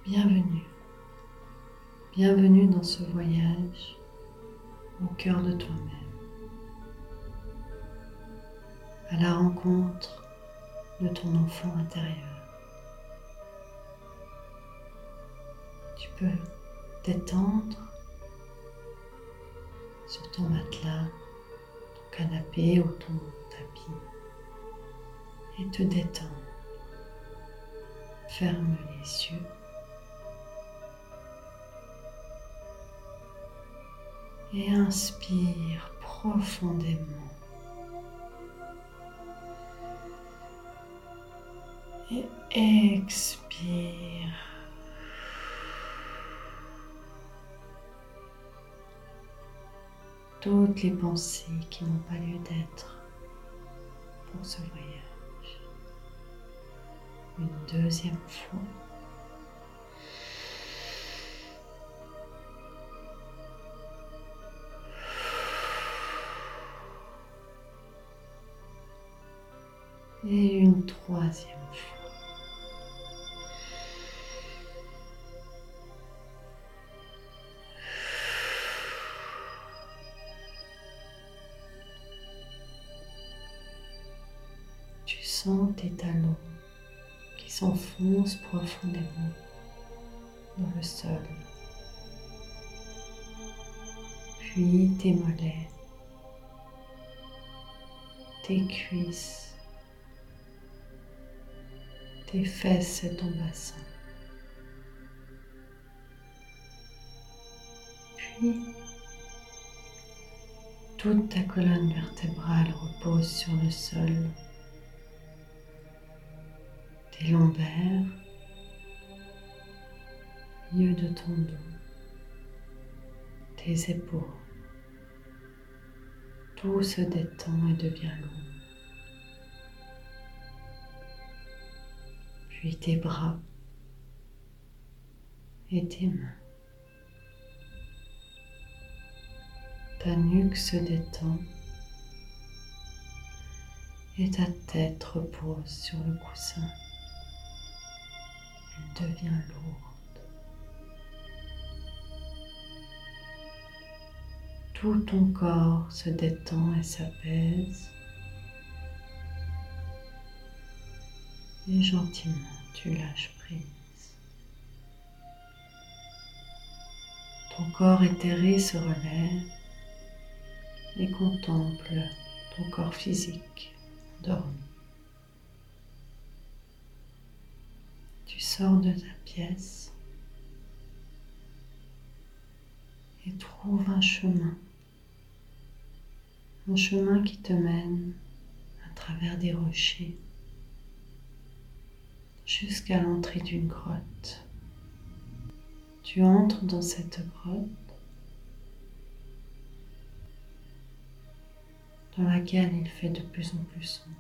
Bienvenue. Bienvenue dans ce voyage au cœur de toi-même, à la rencontre de ton enfant intérieur. Tu peux t'étendre sur ton matelas, ton canapé ou ton tapis et te détendre. Ferme les yeux. Et inspire profondément. Et expire. Toutes les pensées qui n'ont pas lieu d'être pour ce voyage. Une deuxième fois. Et une troisième fois. Tu sens tes talons qui s'enfoncent profondément dans le sol. Puis tes mollets, tes cuisses, tes fesses et ton bassin. Puis, toute ta colonne vertébrale repose sur le sol. Tes lombaires, milieu de ton dos, tes épaules. Tout se détend et devient lourd. Puis tes bras et tes mains. Ta nuque se détend et ta tête repose sur le coussin. Elle devient lourde. Tout ton corps se détend et s'apaise. Et gentiment, tu lâches prise. Ton corps éthéré se relève et contemple ton corps physique endormi. Tu sors de ta pièce et trouves un chemin qui te mène à travers des rochers jusqu'à l'entrée d'une grotte. Tu entres dans cette grotte dans laquelle il fait de plus en plus sombre.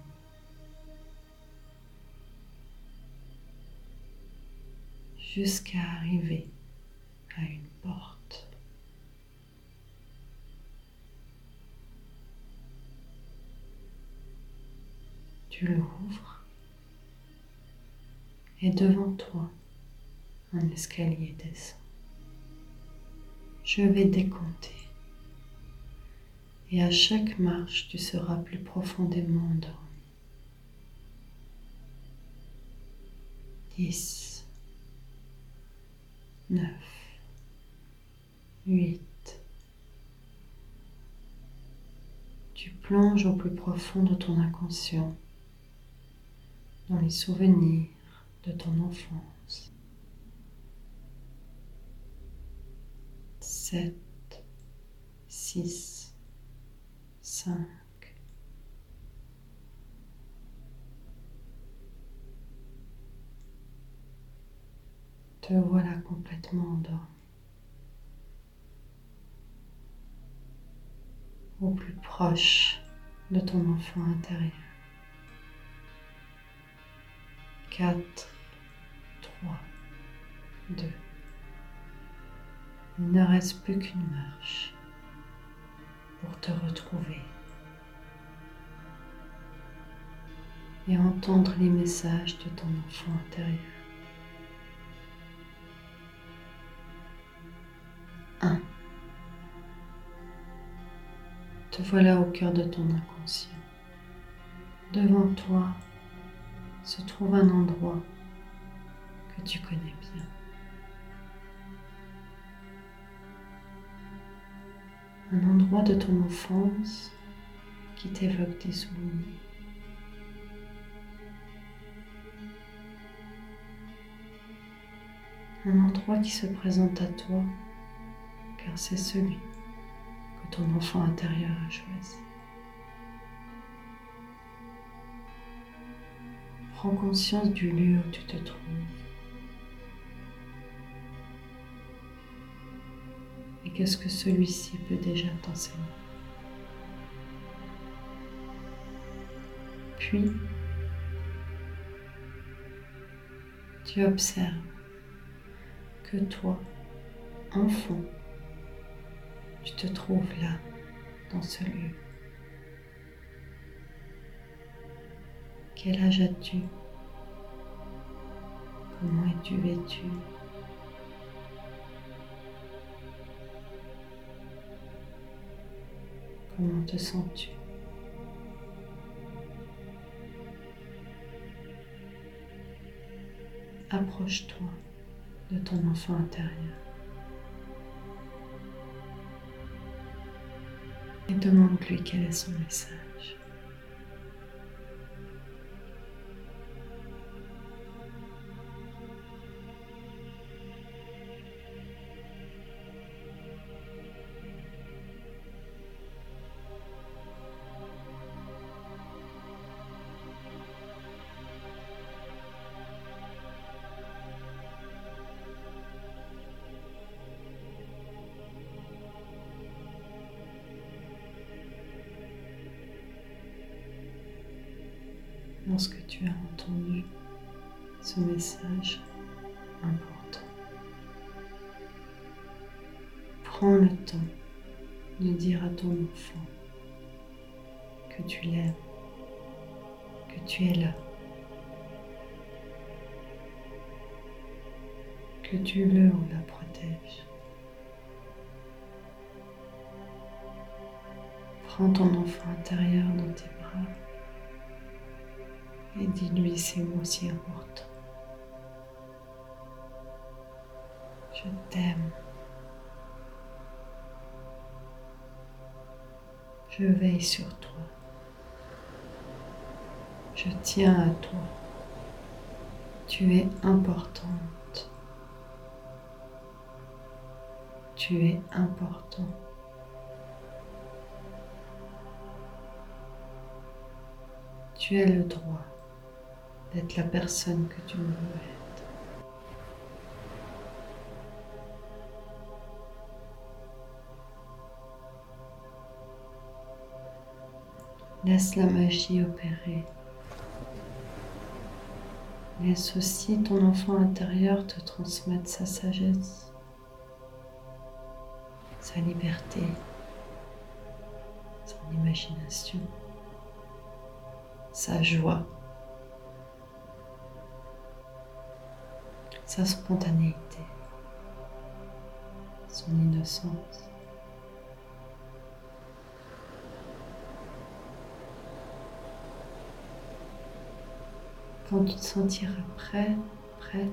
Jusqu'à arriver à une porte. Tu l'ouvres et devant toi, un escalier descend. Je vais décompter. Et à chaque marche, tu seras plus profondément endormi. 10, 9, 8. Tu plonges au plus profond de ton inconscient, dans les souvenirs de ton enfance. 7, 6, 5. Te voilà complètement endormi. Au plus proche de ton enfant intérieur. 4, 3, 2. Il ne reste plus qu'une marche pour te retrouver et entendre les messages de ton enfant intérieur. Te voilà au cœur de ton inconscient. Devant toi se trouve un endroit que tu connais bien. Un endroit de ton enfance qui t'évoque des souvenirs. Un endroit qui se présente à toi car c'est celui que ton enfant intérieur a choisi. Prends conscience du lieu où tu te trouves. Et qu'est-ce que celui-ci peut déjà t'enseigner. Puis, tu observes que toi, enfant, tu te trouves là, dans ce lieu. Quel âge as-tu? Comment es-tu vêtu? Comment te sens-tu? Approche-toi de ton enfant intérieur et demande-lui quel est son message. Lorsque tu as entendu ce message important, prends le temps de dire à ton enfant que tu l'aimes, que tu es là, que tu le ou la protèges. Prends ton enfant intérieur dans tes bras et dis-lui ces mots si importants. Je t'aime. Je veille sur toi. Je tiens à toi. Tu es importante. Tu es important. Tu as le droit d'être la personne que tu veux être. Laisse la magie opérer. Laisse aussi ton enfant intérieur te transmettre sa sagesse, sa liberté, son imagination, sa joie, sa spontanéité, son innocence. Quand tu te sentiras prêt, prête,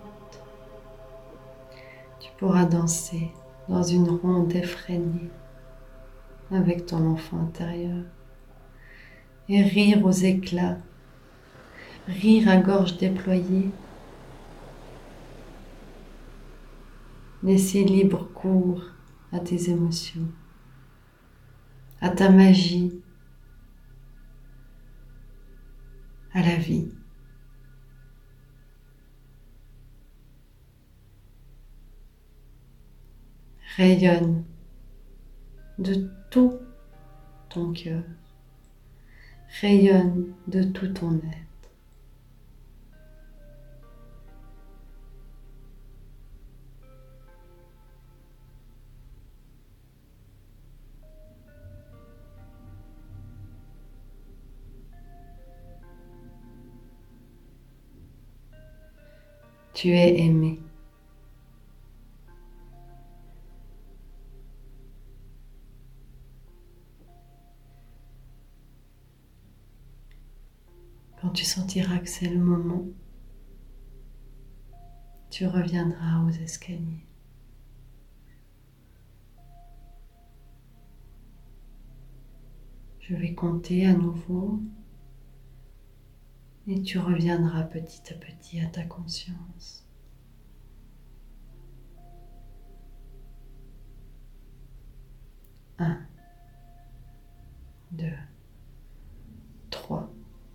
tu pourras danser dans une ronde effrénée avec ton enfant intérieur et rire aux éclats, rire à gorge déployée, laisser libre cours à tes émotions, à ta magie, à la vie. Rayonne de tout ton cœur, rayonne de tout ton être. Tu es aimé. sentiras que c'est le moment, tu reviendras aux escaliers. Je vais compter à nouveau et tu reviendras petit à petit à ta conscience. 1, 2, 3.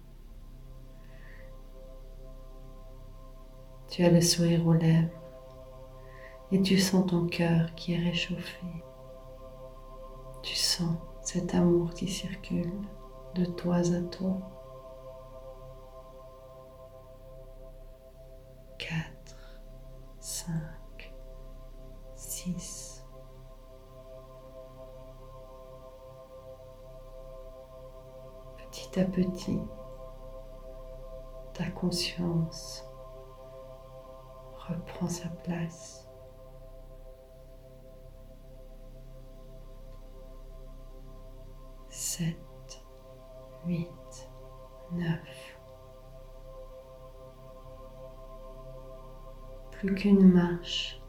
Tu as le sourire aux lèvres et tu sens ton cœur qui est réchauffé. Tu sens cet amour qui circule de toi à toi. 4, 5, 6. Petit à petit, ta conscience reprend sa place. 7, 8, 9. Plus qu'une marche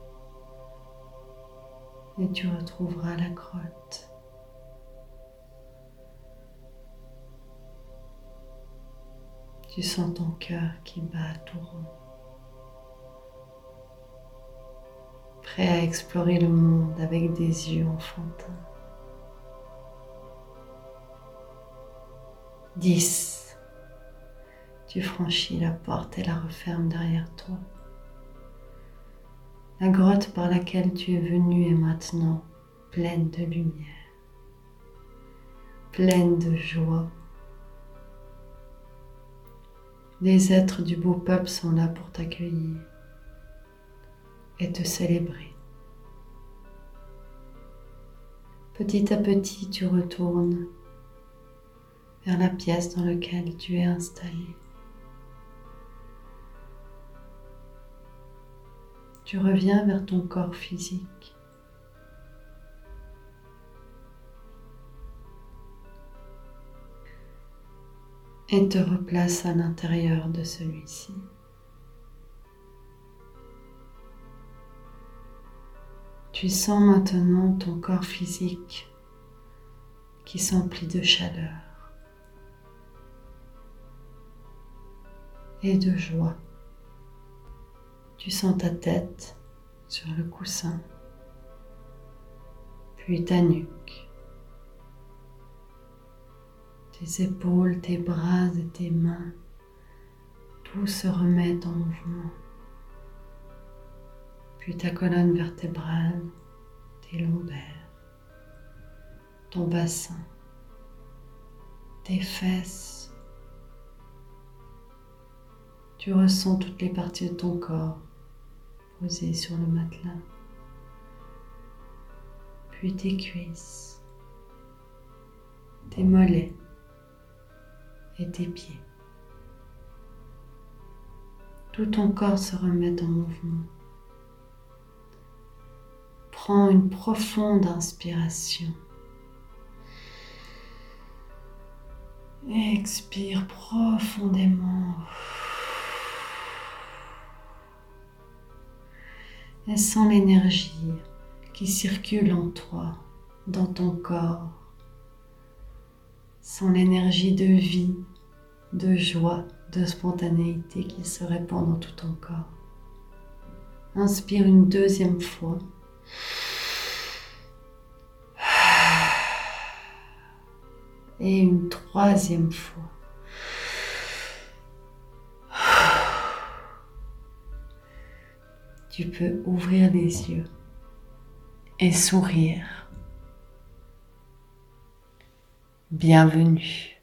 et tu retrouveras la grotte. Tu sens ton cœur qui bat à tout rond, prêt à explorer le monde avec des yeux enfantins. 10. Tu franchis la porte et la refermes derrière toi. La grotte par laquelle tu es venu est maintenant pleine de lumière, pleine de joie. Les êtres du beau peuple sont là pour t'accueillir et te célébrer. Petit à petit, tu retournes vers la pièce dans laquelle tu es installé. Tu reviens vers ton corps physique. Et te replace à l'intérieur de celui-ci. Tu sens maintenant ton corps physique qui s'emplit de chaleur et de joie. Tu sens ta tête sur le coussin, puis ta nuque. Tes épaules, tes bras et tes mains, tout se remet en mouvement. Puis ta colonne vertébrale, tes lombaires, ton bassin, tes fesses. Tu ressens toutes les parties de ton corps posées sur le matelas. Puis tes cuisses, tes mollets et tes pieds. Tout ton corps se remet en mouvement. Prends une profonde inspiration. Expire profondément. Et sens l'énergie qui circule en toi, dans ton corps. Sens l'énergie de vie, de joie, de spontanéité qui se répand dans tout ton corps. Inspire une deuxième fois. Et une troisième fois. Tu peux ouvrir les yeux et sourire. Bienvenue.